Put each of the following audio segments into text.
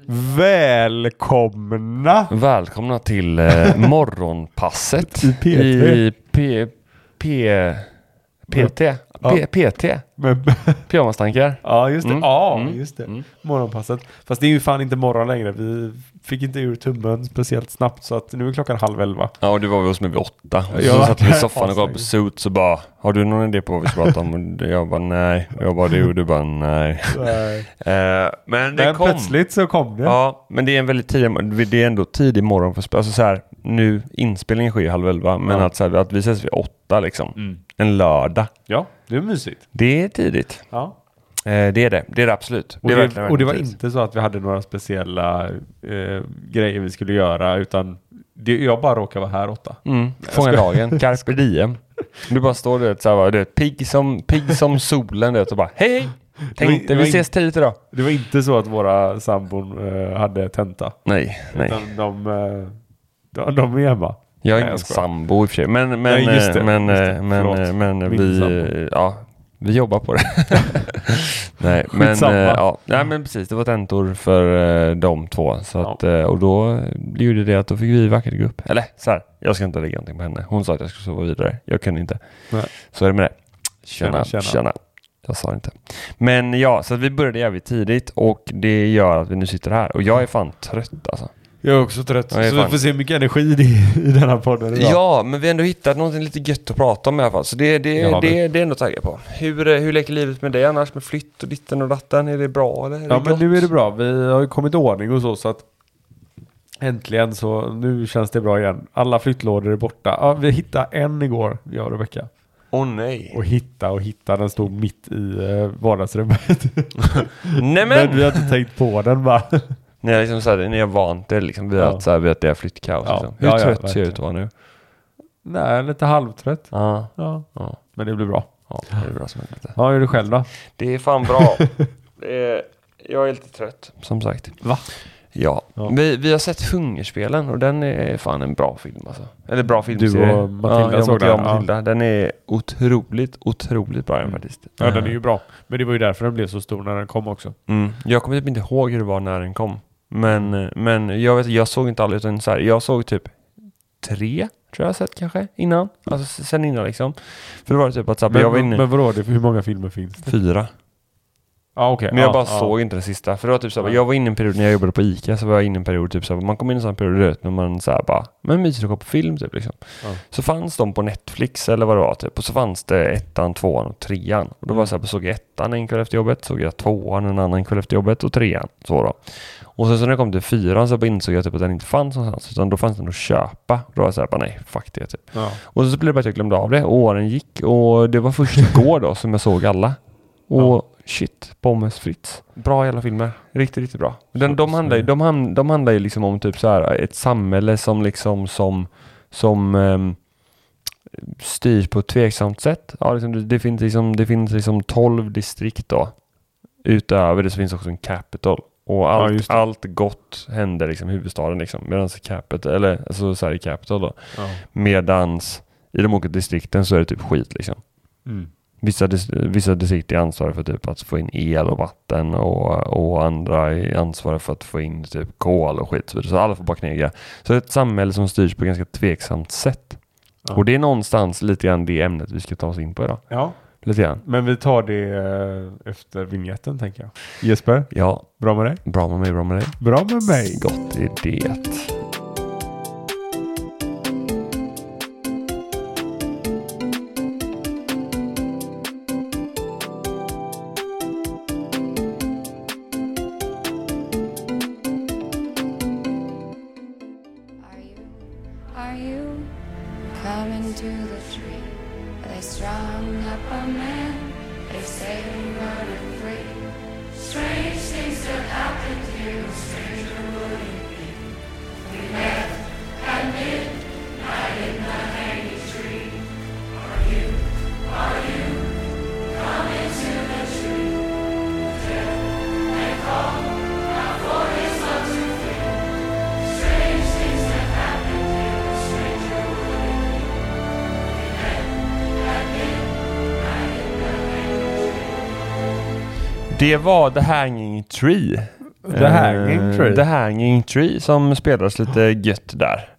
Välkomna till morgonpasset I PT. PT. Pyjamastankar. Ja, just det. Just det. Morgonpasset. Fast det är ju fan inte morgon längre. Vi fick inte ur tummen speciellt snabbt, så att nu är klockan 11:30. Ja, och du var vi hos mig vid 8. Och så satt vi i soffan och gav på suit, så bara, har du någon idé på vad vi ska prata om? Jag bara, nej. Jag bara, det, och du bara, nej. Men det kom. Plötsligt så kom det. Ja, men det är en väldigt tidig, det är ändå tidig morgon för alltså så här, nu inspelningen sker 11:30, men att, så här, att vi ses vid 8 liksom. En lördag. Ja, det är mysigt. Det är tidigt. Ja. Det är det absolut. Och det var inte så att vi hade några speciella grejer vi skulle göra, utan jag bara råkar vara här 8. Fånga dagen, carpe diem. Du bara står där så här, pigg som solen där, och bara hej. Tänkte vi ses tidigt idag. Det var inte så att våra sambon hade tenta. Nej. Utan de är hemma. Jag är ingen sambo i och för sig, men vi jobbar på det. Nej, men precis, det var tentor för de två, så att, och då gjorde det att då fick vi vackert gå upp. Eller så här, jag ska inte lägga någonting på henne. Hon sa att jag skulle sova vidare. Jag kunde inte. Nej. Så är det med det. Tjena. Jag sa inte. Men ja, så att vi började jävligt tidigt, och det gör att vi nu sitter här. Och jag är fan trött alltså. Jag är också trött, så vi får se mycket energi i den här podden idag. Ja, men vi har ändå hittat något lite gött att prata om i alla fall. Så det är ändå taggat på. Hur leker livet med det annars, med flytt och ditten och datten? Är det bra eller? Ja, men nu är det bra. Vi har ju kommit i ordning och så att äntligen så nu känns det bra igen. Alla flyttlådor är borta. Ja, vi hittade en igår, jag och Rebecka. Nej. Och hitta, den stod mitt i vardagsrummet. Nej, men vi har inte tänkt på den bara. Ni är liksom så här, ni är vant det liksom vid att så här, vid att det är flyttkaos. Ja. Liksom. Hur trött ser det ut att vara nu? Nej, lite halvtrött. Ja. Men det blir bra. Ja, det är bra som helst. Ja, hur är det själv då? Det är fan bra. Jag är lite trött, som sagt. Va? Ja. Vi har sett Hungerspelen, och den är fan en bra film alltså. Eller bra filmserie. Du och Matilda såg den. Matilda. Den är otroligt bra faktiskt. Ja, den är ju bra. Men det var ju därför den blev så stor när den kom också. Jag kommer typ inte ihåg hur det var när den kom. Men jag såg inte aldrig, utan så här, jag såg typ 3, tror jag sett kanske innan. Alltså sen innan liksom. För det var typ att så här, jag var inne. Men vadå, hur många filmer finns det? 4. Okay. Men jag bara såg inte den sista. För det var typ så här, jag var inne i en period när jag jobbade på ICA, så var jag inne i en period typ så här, man kom in i en sån period när man så här bara, men mysigt att gå på film typ liksom. Så fanns de på Netflix eller vad det var typ, och så fanns det 1:an, 2:an och 3:an. Och då var så här, såg jag 1:an en kväll efter jobbet, såg jag 2:an en annan kväll efter jobbet och 3:an så då. Och så när jag kom till 4:an så insåg jag typ att den inte fanns någonstans, utan då fanns den att köpa. Då var jag så här, bara nej, fuck det typ. Och så blev det bara att jag glömde av det, och åren gick, och det var först igår då som jag såg alla. Och shit, Pommes Fritz. Bra jävla filmer. Riktigt bra. De handlar ju liksom om typ så här ett samhälle som liksom som styrs på ett tveksamt sätt. Ja, liksom, det finns liksom 12 distrikt då. Utöver det så finns också en capital. Och allt gott händer liksom i huvudstaden liksom. Medans i capital då. Medans i de olika distrikten så är det typ skit liksom. Vissa distrikt är ansvariga för typ att få in el och vatten, och andra är ansvariga för att få in typ kol och skit. Så alla får bara knega. Så det är ett samhälle som styrs på ett ganska tveksamt sätt. Och det är någonstans lite grann det ämnet vi ska ta oss in på idag. Ja. Lite grann. Men vi tar det efter vignetten, tänker jag. Jesper? Ja. Bra med dig? Bra med mig. Bra med mig. Gott är det. Det var The Hanging Tree. The Hanging Tree. The Hanging Tree som spelades lite gött där.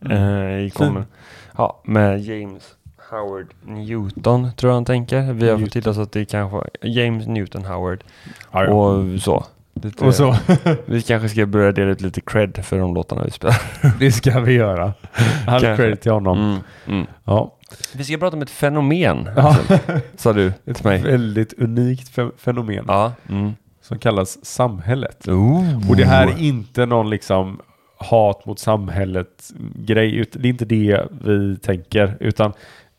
Med James Howard Newton tror jag han tänker. Vi har fått till oss att det kanske James Newton Howard. Och så. Och så. Vi kanske ska börja dela ut lite cred för de låtarna vi spelar. Det ska vi göra. All cred till honom. Ja. Vi ska prata om ett fenomen. Sa du till mig. Ett väldigt unikt fenomen. Ja. Som kallas samhället. Och det här är inte någon liksom hat mot samhället grej. Det är inte det vi tänker. Utan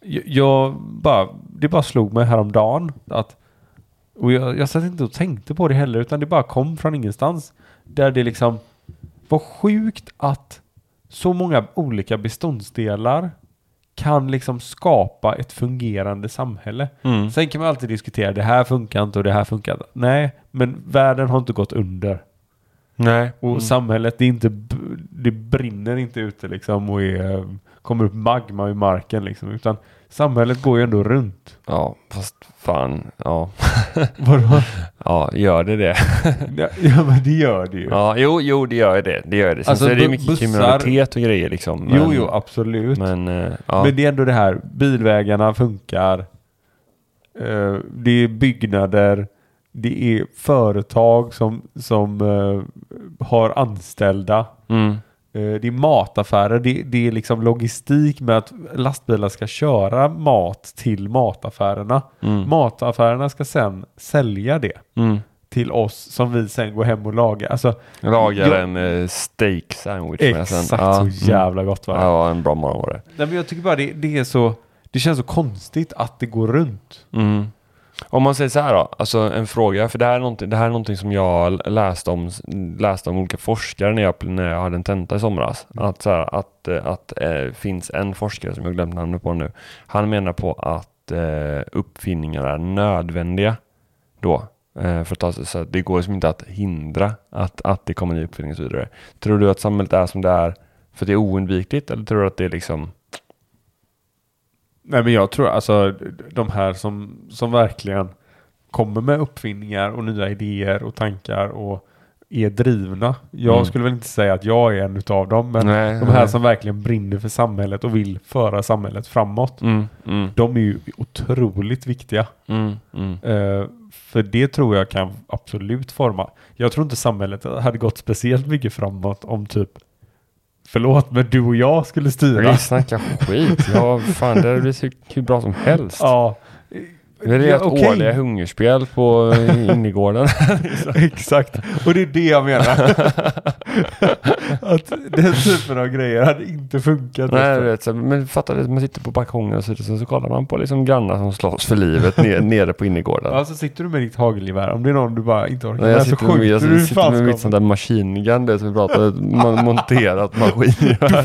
det bara slog mig häromdagen att, och jag satt inte och tänkte på det heller, utan det bara kom från ingenstans. Där det liksom var sjukt att så många olika beståndsdelar kan liksom skapa ett fungerande samhälle. Sen kan man alltid diskutera, det här funkar inte och det här funkar inte. Nej, men världen har inte gått under. Nej. Och samhället, det brinner inte ute liksom och kommer upp magma i marken liksom, utan samhället går ju ändå runt. Ja, fast fan, ja. Vadå? Ja, gör det? Ja, men det gör det ju. Ja, jo, det gör det. Det gör det. Sen alltså, så är det mycket kriminalitet och grejer liksom. Men, jo, absolut. Men det är ändå det här, bilvägarna funkar. Det är byggnader. Det är företag som har anställda. Det är mataffärer. Det är liksom logistik med att lastbilar ska köra mat till mataffärerna. Mataffärerna ska sen sälja det till oss som vi sen går hem och lagar. Alltså, lagar en steak sandwich. Exakt, så jävla gott var det. Ja, en bra morgon var det. Nej, men jag tycker bara det är så, det känns så konstigt att det går runt. Om man säger så här då, alltså en fråga, för det här är någonting som jag läste om olika forskare när jag hade en tenta i somras. Att så här, att finns en forskare som jag glömt namnet på nu. Han menar på att uppfinningar är nödvändiga då. För att så det går liksom inte att hindra att det kommer nya uppfinningar och så vidare. Tror du att samhället är som det är för att det är oundvikligt, eller tror du att det är liksom... Nej, men jag tror alltså de här som verkligen kommer med uppfinningar och nya idéer och tankar och är drivna. Jag skulle väl inte säga att jag är en utav dem, men de här som verkligen brinner för samhället och vill föra samhället framåt. De är ju otroligt viktiga. För det tror jag kan absolut forma. Jag tror inte samhället hade gått speciellt mycket framåt om typ, förlåt, men du och jag skulle styra. Vi snackar skit. Ja, fan, det blir hur bra som helst. Ja. Det är ett årliga hungerspel på innergården. Exakt. Och det är det jag menar. Att den typen av grejer hade inte funkat. Nej, vet, så, men fattar det, man sitter på balkongen och så kollar man på liksom grannar som slåss för livet nere på innergården. Ja, så sitter du med ditt hagelgevär. Om det är någon du bara inte orkar. Nej, jag sitter med mitt sånt där machine-gun, det som vi pratade, monterat maskingevär.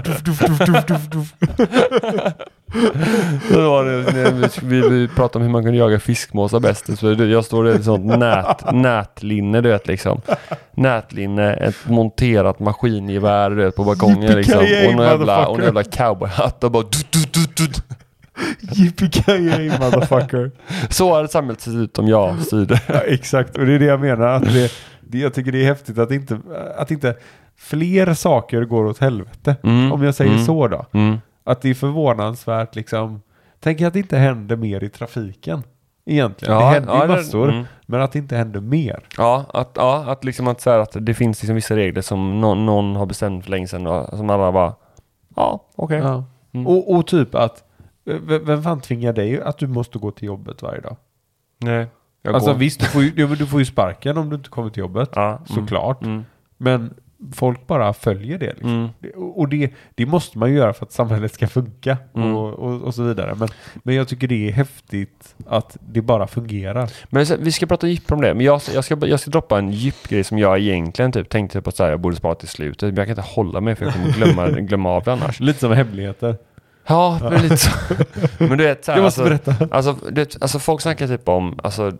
Så var det, vi pratade om hur man kunde jaga fiskmåsar bäst. Så jag står i ett sånt nätlinne, du vet liksom. Nätlinne, ett monterat maskingevär, du vet, på balkongen liksom. Och en jävla cowboyhatt och bara... Yippee-ki-yay, motherfucker. Så hade samhället sett ut om jag styrde. Ja, exakt, och det är det jag menar. Att jag tycker det är häftigt att inte fler saker går åt helvete. Om jag säger så då. Att det är förvånansvärt liksom. Tänk att det inte händer mer i trafiken. Egentligen. Det händer ju massor. Men att det inte händer mer. Ja, att liksom att, så här, att det finns liksom vissa regler som någon har bestämt för länge sedan. Och som alla bara, okej. Ja. Och typ att, vem fan tvingar dig att du måste gå till jobbet varje dag? Nej. Alltså visst, du får ju sparken om du inte kommer till jobbet. Ja, såklart. Men folk bara följer det liksom. Och det måste man ju göra för att samhället ska funka och så vidare. Men jag tycker det är häftigt att det bara fungerar. Men vi ska prata djupt om det. Men jag ska droppa en djup grej som jag egentligen typ tänkte på, så här, jag borde spara till slutet. Men jag kan inte hålla mig för jag kommer glömma av det annars. Lite som hemligheter. Ja, men lite så. Men du vet så här, jag måste berätta. Alltså folk snackar typ om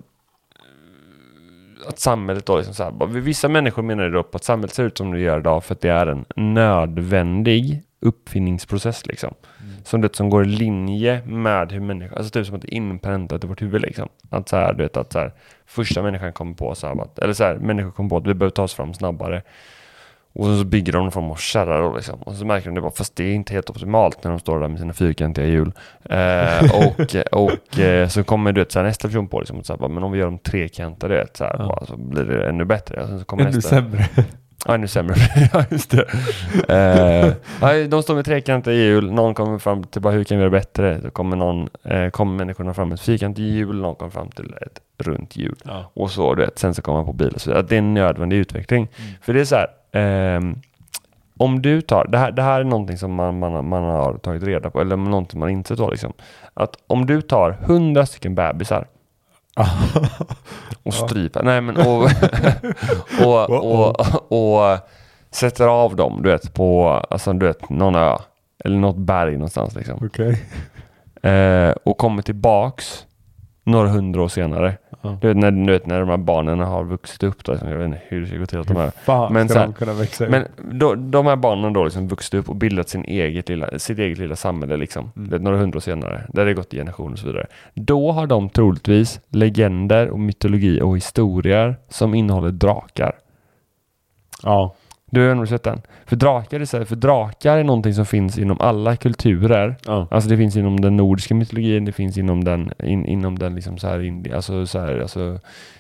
att samhället då liksom så här, vissa människor menar då på att samhället ser ut som det gör idag för att det är en nödvändig uppfinningsprocess liksom. som går i linje med hur människan, alltså typ som att det är inpräntat i vårt huvud liksom. Att så här, du vet att så här, första människan kommer på så här, eller så här, människor kommer på att vi behöver ta oss fram snabbare. Och så bygger de från och kärrar då liksom. Och så märker de det bara, fast det är inte helt optimalt när de står där med sina fyrkantiga hjul. Så kommer du vet, så här, nästa version på liksom, och så här, men om vi gör dem trekantade, vet, så, här, bara, så blir det ännu bättre. Och sen så kommer ännu sämre. Ja, ännu sämre. Ja, just det. De står med trekantiga hjul. Någon kommer fram till bara, hur kan vi göra bättre? Då kommer människorna fram med ett fyrkantigt hjul. Någon kommer fram till ett runt hjul. Ja. Och så, du vet, sen så kommer man på bil och så vidare. Det är en nödvändig utveckling. För det är så här, om du tar, det här är någonting som man har tagit reda på, eller någonting man inte tar liksom. Att om du tar 100 stycken bebisar och stryper, nej men och sätter av dem, du vet, på, alltså du vet, någon ö eller något berg någonstans liksom. Okej. Och kommer tillbaks några 100 år senare. Du vet när de här barnen har vuxit upp då, liksom, jag vet inte hur det ska gå till att de här. Men så här, kunna växa upp? Men de här barnen då liksom vuxit upp och bildat sitt eget lilla samhälle liksom. Det är några 100 år senare, där det gått i generationer och så vidare. Då har de troligtvis legender och mytologi och historier som innehåller drakar. Ja. Du har nog sett den. För drakar är någonting som finns inom alla kulturer. Ja. Alltså det finns inom den nordiska mytologin, det finns inom den liksom så här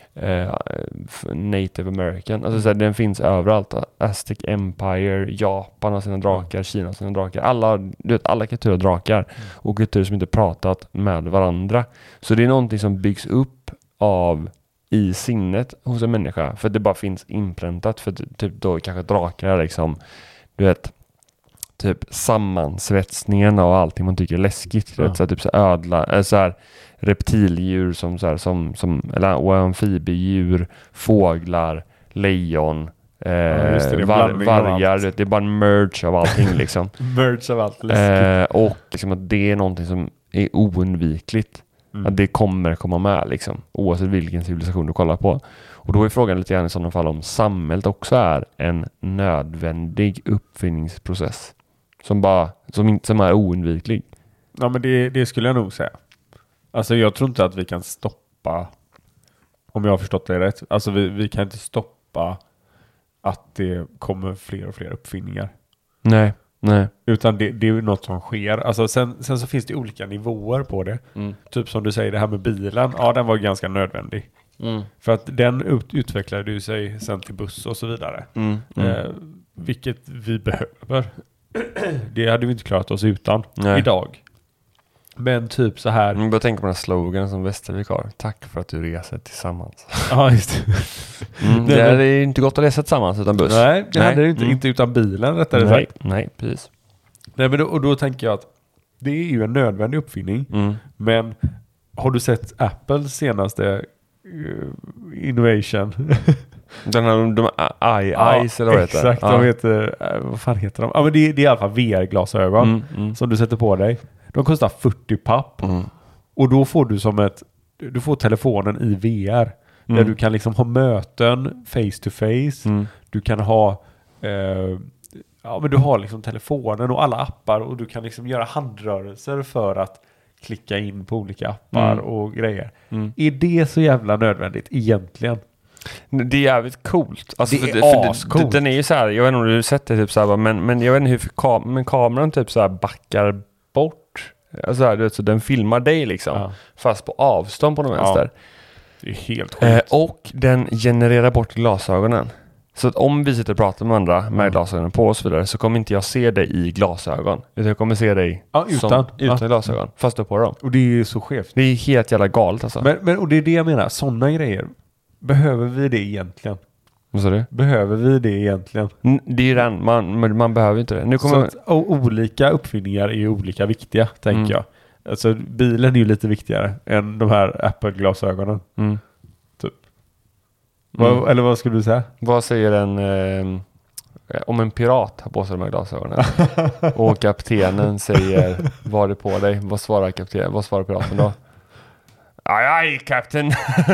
Native American. Alltså så här, den finns överallt. Aztec Empire, Japan har sina drakar, Kina har sina drakar. Alla kulturer har drakar. Och kulturer som inte pratat med varandra. Så det är någonting som byggs upp av i sinnet hos en människa, för det bara finns inpräntat. För typ då kanske drakar är liksom, du vet, typ sammansvetsningen av allting man tycker är läskigt. Ja. Så här, typ så ödla, så här reptildjur som så här, som eller amfibiedjur, fåglar, lejon, vargar, det är bara en merge av allting liksom. Merge av allt läskigt. Och liksom att det är någonting som är oundvikligt. Att det kommer komma med liksom, oavsett vilken civilisation du kollar på. Och då är frågan lite grann i sådana fall om samhället också är en nödvändig uppfinningsprocess som är oundviklig. Ja, men det skulle jag nog säga. Alltså jag tror inte att vi kan stoppa, om jag har förstått det rätt, alltså vi kan inte stoppa att det kommer fler och fler uppfinningar. Nej. Utan det är ju något som sker. Alltså sen så finns det olika nivåer på det. Typ som du säger, det här med bilen. Ja, den var ganska nödvändig. För att den utvecklade ju sig sen till buss och så vidare. Vilket vi behöver. Det hade vi inte klarat oss utan idag. Men typ så här. Jag bara tänker på den slogan som Västervik har. Tack för att du reser tillsammans. Ja, just det. Det är inte gott att resa tillsammans utan buss. Nej, det hade det inte utan bilen rättare sagt. Nej, precis. Nej, men då tänker jag att det är ju en nödvändig uppfinning. Men har du sett Apples senaste innovation? Den här, de eyes eller vad heter det? Exakt, de heter, vad fan heter de? Ja, men det är i alla fall VR-glasögon som du sätter på dig. De kostar 40 papp. Och då får du får telefonen i VR. Där du kan liksom ha möten face to face. Du kan ha men du har liksom telefonen och alla appar. Och du kan liksom göra handrörelser för att klicka in på olika appar och grejer. Är det så jävla nödvändigt egentligen? Det är jävligt coolt. Alltså det är ascoolt. Den är ju så här, jag vet inte om du har sett det typ så här, men jag vet inte hur men kameran typ så här backar bort. Alltså här, du vet, så den filmar dig liksom fast på avstånd på någon vänster. Det är helt sjukt. Och den genererar bort glasögonen. Så att om vi sitter och pratar med andra med glasögonen på och så vidare, så kommer inte jag se dig i glasögon. Utan jag kommer se dig utan glasögon. Fast du på dem. Och det är ju så skevt. Det är helt jävla galet alltså. Men och det är det jag menar. Sådana grejer. Behöver vi det egentligen? Vad sa du? Behöver vi det egentligen? Det är ju den. Man behöver inte det. Nu kommer så olika uppfinningar är ju olika viktiga, tänker jag. Alltså bilen är ju lite viktigare än de här Apple-glasögonen. Typ. Eller vad skulle du säga? Vad säger om en pirat har på sig de här glasögonen och kaptenen säger vad är på dig? Vad svarar kaptenen? Vad svarar piraten då? Aj, kapten.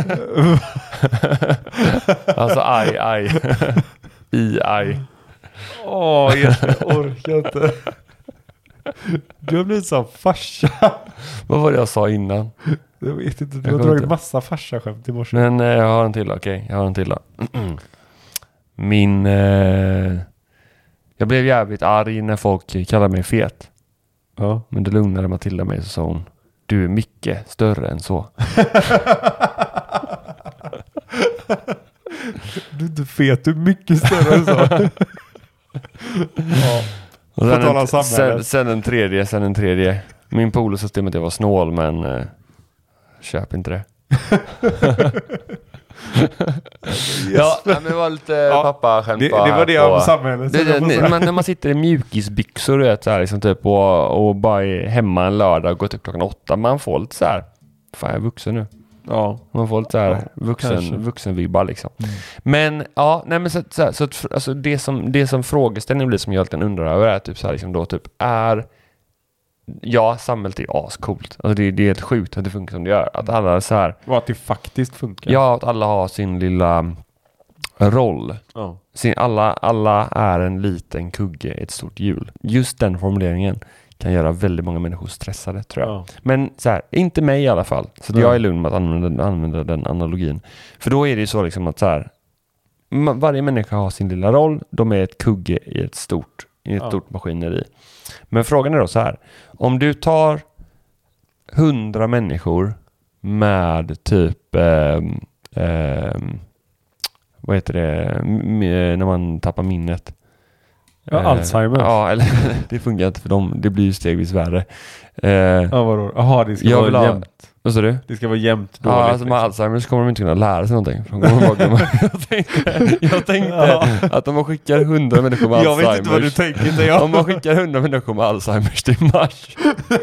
Alltså aj. Aj. Jag orkar inte. Du har blivit så farsa. Vad var det jag sa innan? Jag vet inte, du har dragit massa farsa-skämt i morse. Men jag har en till, okej. Jag har en till då. Jag blev jävligt arg när folk kallade mig fet. Ja. Men det lugnade Matilda mig, så sa hon: du är mycket större än så. Du är inte fet, du är mycket större än så. Ja. Och sen en tredje. Min polare sa till mig att jag var snål, men köp inte det. Yes. Ja, men det var lite pappa skämt. Det var det av samhället. När man sitter i mjukisbyxor, du vet, så här, liksom, typ, och bara är hemma en lördag och går typ 8:00. Man får lite så här, fan, jag är vuxen nu. Ja. Man får lite så här vuxenvibbar liksom. Men ja, nej, men så alltså det som frågeställningen blir, som jag alltid undrar över, är typ så här, liksom, då typ är, ja, samhället är ascoolt. Alltså det är helt sjukt att det funkar som det gör. Att alla så här, och att det faktiskt funkar. Ja, att alla har sin lilla roll. Ja. Alla är en liten kugge i ett stort hjul. Just den formuleringen kan göra väldigt många människor stressade, tror jag. Ja. Men så här, inte mig i alla fall. Så jag är lugn med att använda den analogin. För då är det ju så liksom att så här, varje människa har sin lilla roll. De är ett kugge i ett stort maskineri. Men frågan är då så här: om du tar 100 människor med typ vad heter det när man tappar minnet? Alzheimer. Ja, eller det funkar inte för dem. Det blir ju stegvis värre. Vadå? Jaha, det ska vara jämnt. Vad sa du? Det ska vara jämnt dåligt. Ja, alltså med Alzheimer så kommer de inte kunna lära sig någonting. Jag tänkte att om man skickar 100 människor med Alzheimer. Jag vet inte vad du tänker. Om man skickar 100 människor med Alzheimer till Mars.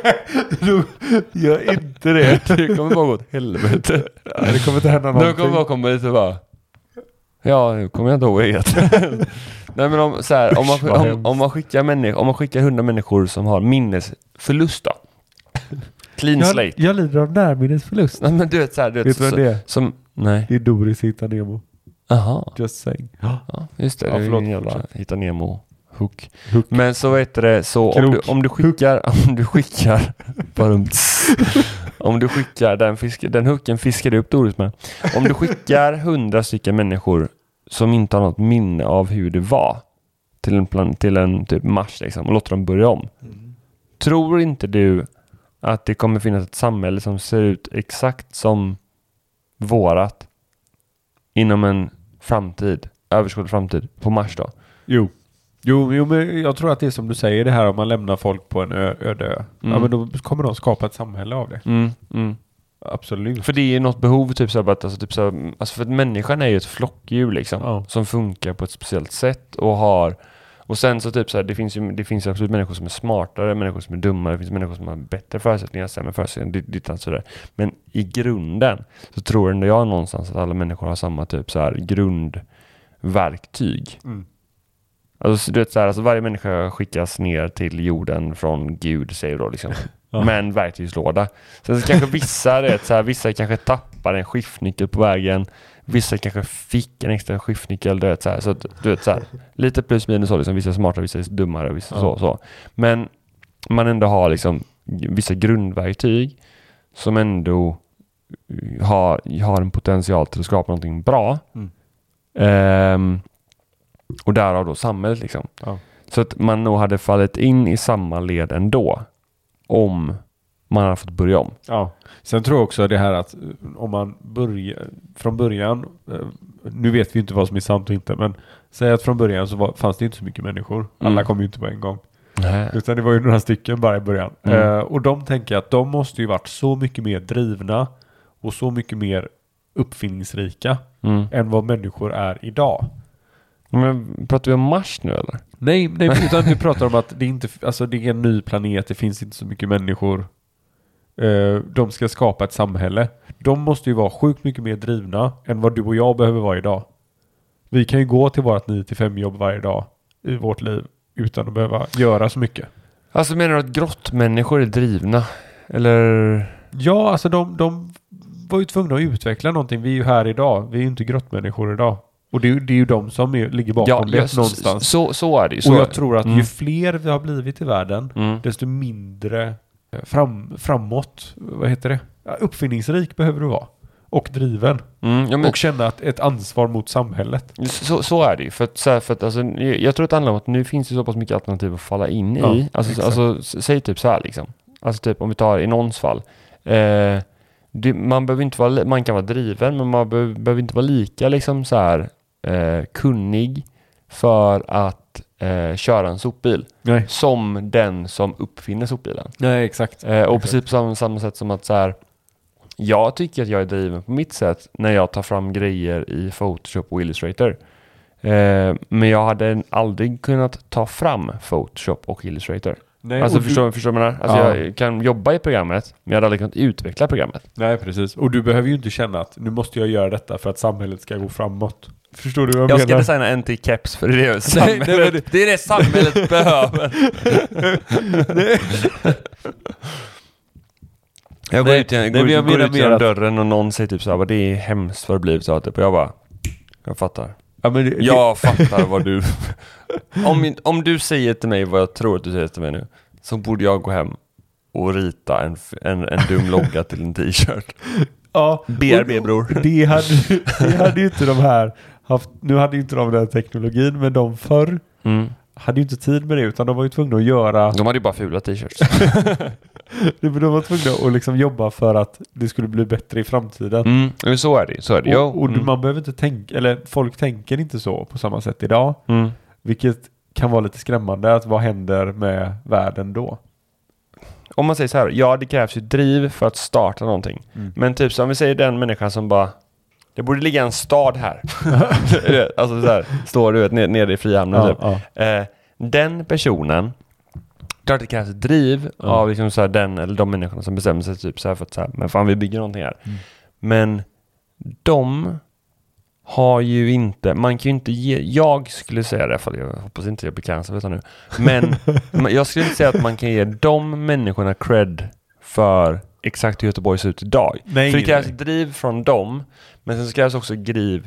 Gör inte det. Det kommer bara gå åt helvete. Det kommer inte hända någonting. Då kommer jag komma lite bara. Ja, nu kommer jag inte ihåg vad jag heter. Nej, men om man skickar 100 människor som har minnesförlust då. Clean slate. Jag lider av närminnesförlust. Nej, men du vet så här, vet du vad det är? Som, nej. Det är Doris Hitta Nemo. Aha. Just saying. Ja, just det. Ja, det är en jävla Hitta Nemo hook. Men så vet det, så om du skickar om du skickar den hooken fiskar du upp Doris med. Om du skickar 100 stycken människor som inte har något minne av hur det var till en typ Mars liksom, och låter dem börja om. Tror inte du att det kommer finnas ett samhälle som ser ut exakt som vårat inom en överskådlig framtid på Mars då? Jo, men jag tror att det är som du säger, det här om man lämnar folk på en öde ö. Ja, men då kommer de skapa ett samhälle av det. Absolut. För det är något behov typ så här, alltså för att människan är ju ett flockdjur liksom, som funkar på ett speciellt sätt och sen så typ så här, det finns absolut människor som är smartare, människor som är dummare, det finns människor som har bättre förutsättningar, sämre förutsättningar, ditt och sådär. Men i grunden så tror ändå jag någonstans att alla människor har samma typ så här grundverktyg. Alltså du vet så här, alltså varje människa skickas ner till jorden från Gud, säger då liksom. Med en verktygslåda. Sen så kanske vissa kanske tappar en skiftnyckel på vägen. Vissa kanske fick en extra skiftnyckel, du vet så här. Så du vet så här, lite plus minus så liksom, vissa är smartare, vissa är dummare, vissa så. Men man ändå har liksom vissa grundverktyg som ändå har en potential till att skapa någonting bra. Och därav då samhället liksom. Så att man nog hade fallit in i samma led ändå om man har fått börja om. Ja. Sen tror jag också det här att om man börjar från början, nu vet vi inte vad som är sant och inte, men säg att från början så fanns det inte så mycket människor. Alla kom ju inte på en gång. Nej. Utan det var ju några stycken bara i början. Och de tänker att de måste ju varit så mycket mer drivna och så mycket mer uppfinningsrika än vad människor är idag. Men pratar vi om Mars nu eller? Nej, utan vi pratar om att det är en ny planet, det finns inte så mycket människor. De ska skapa ett samhälle. De måste ju vara sjukt mycket mer drivna än vad du och jag behöver vara idag. Vi kan ju gå till vårt 9-5 jobb varje dag i vårt liv utan att behöva göra så mycket. Alltså menar du att grottmänniskor är drivna? Eller? Ja, alltså de var ju tvungna att utveckla någonting. Vi är ju här idag. Vi är ju inte grottmänniskor idag. Och det är ju de som ligger bakom det någonstans. Så är det ju. Och jag tror att ju fler vi har blivit i världen, desto mindre framåt, vad heter det? Uppfinningsrik behöver du vara. Och driven. Och känna ett ansvar mot samhället. Så är det ju. För att alltså, jag tror att det handlar om att nu finns det så pass mycket alternativ att falla in i. Alltså säg typ så här liksom. Alltså typ om vi tar i någons fall. Man kan vara driven, men man behöver inte vara lika liksom så här kunnig för att köra en sopbil. Nej. Som den som uppfinner sopbilen. Nej, exakt. Och precis på samma sätt som att så här, jag tycker att jag är driven på mitt sätt när jag tar fram grejer i Photoshop och Illustrator. Men jag hade aldrig kunnat ta fram Photoshop och Illustrator. Nej, alltså förstår du vad jag menar? Alltså jag kan jobba i programmet, men jag hade aldrig kunnat utveckla programmet. Nej, precis. Och du behöver ju inte känna att nu måste jag göra detta för att samhället ska gå framåt. Förstår du vad jag menar? Jag ska designa en till keps för det är samhället. Det är det samhället behöver. Jag går ut genom dörren och någon säger typ så här, det är hemskt vad det blivit så typ, och jag bara, jag fattar. Ja, men jag fattar vad du... om du säger till mig vad jag tror att du säger till mig nu, så borde jag gå hem och rita en dum logga till en t-shirt. Ja, BRB bror. Det hade ju inte de här haft, nu hade ju inte de den teknologin, men de förr hade ju inte tid med det, utan de var ju tvungna att göra... De hade ju bara fula t-shirts. De var tvungna att liksom jobba för att det skulle bli bättre i framtiden. Men så är det. Och man behöver inte tänka, eller folk tänker inte så på samma sätt idag. Vilket kan vara lite skrämmande, att vad händer med världen då? Om man säger så här, ja, det krävs ju driv för att starta någonting. Men typ så om vi säger den människan som bara, det borde ligga en stad här. Alltså så här, står du nere i Frihamnen typ. Den personen, klart det krävs driv av liksom så här, den eller de människorna som bestämmer sig typ så här för att så här, men fan vi bygger någonting här. Men de har ju inte, man kan ju inte ge, jag skulle säga det, för jag hoppas inte jag blir cancellad nu, men jag skulle inte säga att man kan ge de människorna cred för exakt hur Göteborg ser ut idag. Nej, för det krävs driv från dem, men sen krävs också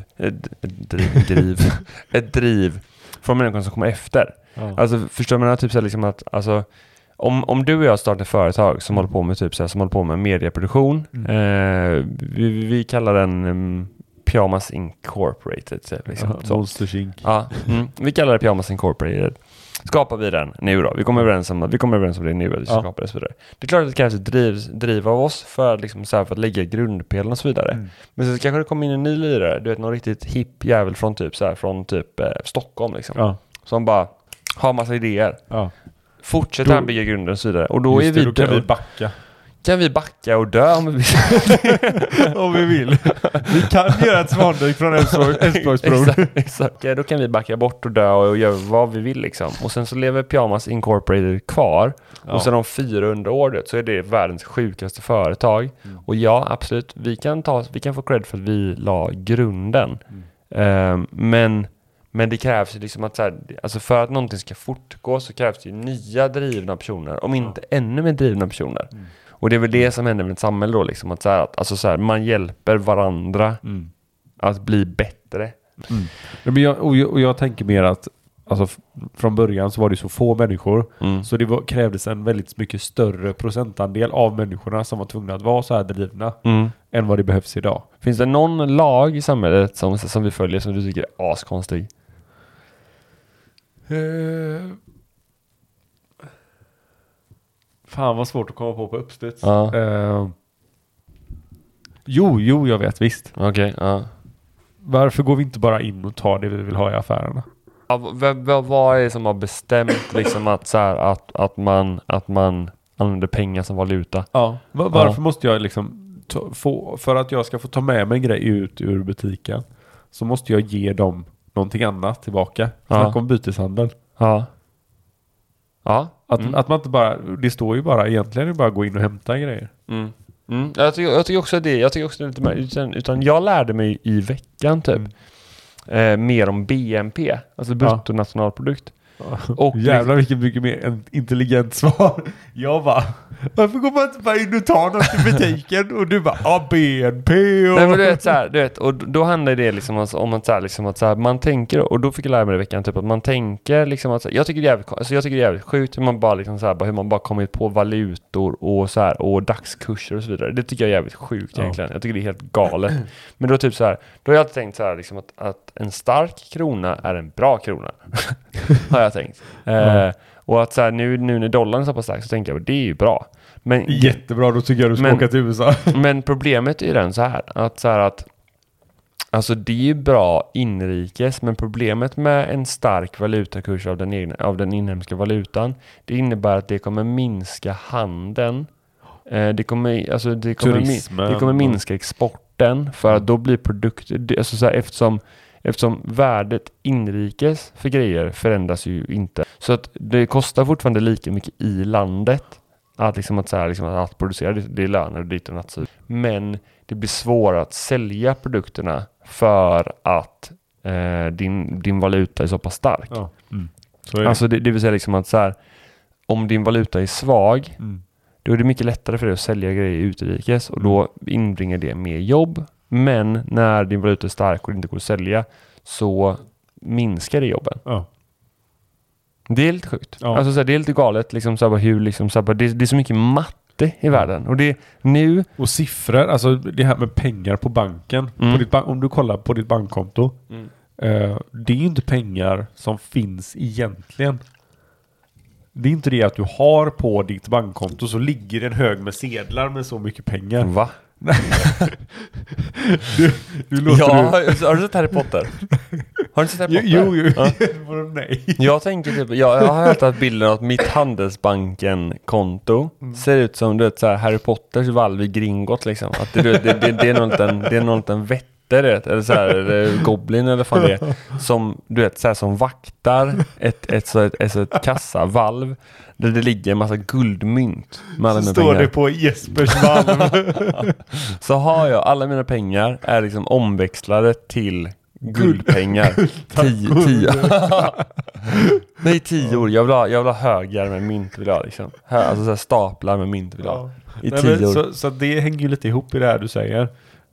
ett driv från människorna som kommer efter. Alltså förstår man typ så här, liksom att alltså, om du och jag startar ett företag som håller på med typ så här, som håller på med medieproduktion, vi kallar den Pyjamas Incorporated liksom. Monsters Inc. Vi kallar det Pyjamas Incorporated. Skapar vi den nu då? Vi kommer överens om det nu, eller skapar det så vidare. Det är klart att det krävs ett driv av oss för liksom så här, för att lägga grundpelen och så vidare. Men så kanske det kommer in en ny lirare, du vet, någon riktigt hipp jävel från typ så här, från typ Stockholm liksom. Som bara har massa idéer. Fortsätter han bygga grunden och så vidare. Och då är vi, då kan vi backa. Kan vi backa och dö om vi vill? Om vi vill. Vi kan göra ett svandyk från Älvsborgsbron. Exakt. Då kan vi backa bort och dö och göra vad vi vill liksom. Och sen så lever Pyjamas Incorporated kvar. Och sen om 400 år så är det världens sjukaste företag. Och ja, absolut. Vi kan få cred för att vi la grunden. Men det krävs ju liksom att så här, alltså för att någonting ska fortgå så krävs det ju nya drivna personer, om inte ännu mer drivna personer. Och det är väl det som händer med ett samhälle då liksom, att så här, alltså så här, man hjälper varandra att bli bättre. Men jag tänker mer att alltså, från början så var det så få människor så det krävdes en väldigt mycket större procentandel av människorna som var tvungna att vara så här drivna än vad det behövs idag. Finns det någon lag i samhället som vi följer som du tycker är askonstig? Fan vad svårt att komma på uppstuds. Jo, jag vet visst. Okej. Varför går vi inte bara in och tar det vi vill ha i affärerna? Vad är det som har bestämt liksom att, så här, att man använder pengar som valuta? Varför måste jag liksom för att jag ska få ta med mig en grej ut ur butiken så måste jag ge dem någonting annat tillbaka. Snacka om byteshandel. Att man inte bara, det står ju bara egentligen är det bara att gå in och hämta grejer. Jag tycker också det. Jag tycker också det är lite mer, utan jag lärde mig i veckan typ mer om BNP, alltså bruttonationalprodukt. Och jävlar vilket mycket mer intelligent svar. Jag bara, varför går man inte bara in och tar något i butiken? Och du bara, BNP och... Nej, men du vet, och då handlar det liksom om att, så här, liksom att så här, man tänker, och då fick jag lära mig det i veckan, typ att man tänker liksom att, jag tycker det är jävligt sjukt hur man bara liksom så här, hur man bara kommit på valutor och så här, och dagskurser och så vidare. Det tycker jag är jävligt sjukt egentligen. Jag tycker det är helt galet. Men då typ så här, då har jag alltid tänkt så här liksom att en stark krona är en bra krona. Har jag tänkt. Och att så här, nu när dollarn är så pass stark så tänker jag, det är ju bra. Men, jättebra, då tycker jag du ska åka till USA. Men problemet är den så här att alltså det är ju bra inrikes, men problemet med en stark valutakurs av den inhemska valutan, det innebär att det kommer minska handeln. Det kommer minska exporten, för att då blir produkter, alltså så här, eftersom värdet inrikes för grejer förändras ju inte. Så att det kostar fortfarande lika mycket i landet att producera det löner dit och natt. Men det blir svårare att sälja produkterna för att din valuta är så pass stark. Ja. Alltså det vill säga liksom att så här, om din valuta är svag, då är det mycket lättare för dig att sälja grejer utrikes, och då inbringar det mer jobb. Men när din valuta är stark och det inte går att sälja, så minskar det jobben. Ja. Det är lite sjukt. Ja. Alltså, så här, det är lite galet. Liksom, så här, hur, liksom, så här, det är så mycket matte i världen. Och det nu... Och siffror, alltså det här med pengar på banken. Om du kollar på ditt bankkonto. Det är ju inte pengar som finns egentligen. Det är inte det att du har på ditt bankkonto så ligger en hög med sedlar med så mycket pengar. Va? du låter har du sett Harry Potter? Har du sett Harry Potter? Jo. Nej. Jag tänker typ, jag har hört att bilden av mitt Handelsbanken-konto ser ut som, du vet, så här, Harry Potters valv i Gringotts liksom. Att det är någon liten vätte, eller så här, eller goblin eller fan det är, som, du vet, så här, som vaktar ett kassavalv där det ligger en massa guldmynt. Så står pengar. Det på Jespers valv. Så har jag, alla mina pengar är liksom omväxlade till guldpengar. 10 år. Jag vill ha högar med mynt, vill jag liksom. Alltså så här, staplar med mynt vill jag. I 10 år. Så det hänger ju lite ihop i det här du säger.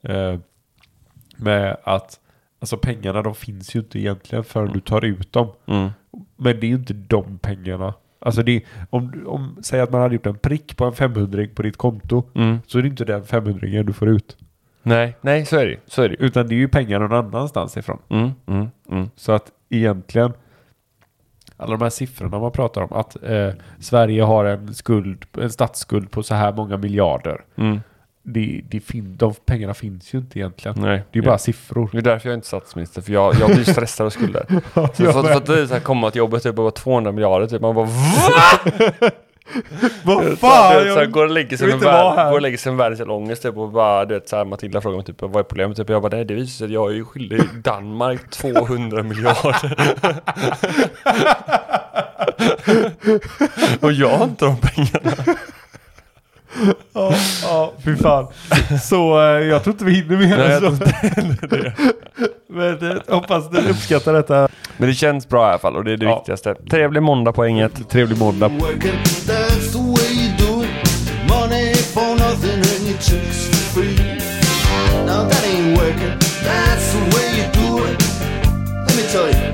Med att alltså pengarna, de finns ju inte egentligen förrän du tar ut dem. Men det är ju inte de pengarna. Alltså det, om säg att man hade gjort en prick på en 500 på ditt konto, så är det inte den 500 du får ut. Nej, så är det. Utan det är ju pengar någon annanstans ifrån. Så att egentligen alla de här siffrorna man pratar om, att Sverige har en statsskuld på så här många miljarder. De pengarna finns ju inte egentligen. Nej, det är bara siffror. Det är därför jag är inte statsminister, för jag blir stressad av skulder. Så för att det så här komma till jobbet typ, och 200 miljarder typ, man bara vad fan? Så går och lägger sig en världens ångest typ, och bara, du vet, så här, Matilda frågar mig typ, vad är problemet? Typ, jag bara, det visar sig att jag är skyldig Danmark 200 miljarder. Och jag har inte de pengarna. Ja, fy fan. Så jag tror inte vi hinner mer. Nej, det. Men hoppas du uppskattar detta. Men det känns bra i alla fall, och det är det viktigaste. Trevlig måndag på inget. Trevlig måndag. Let me tell you.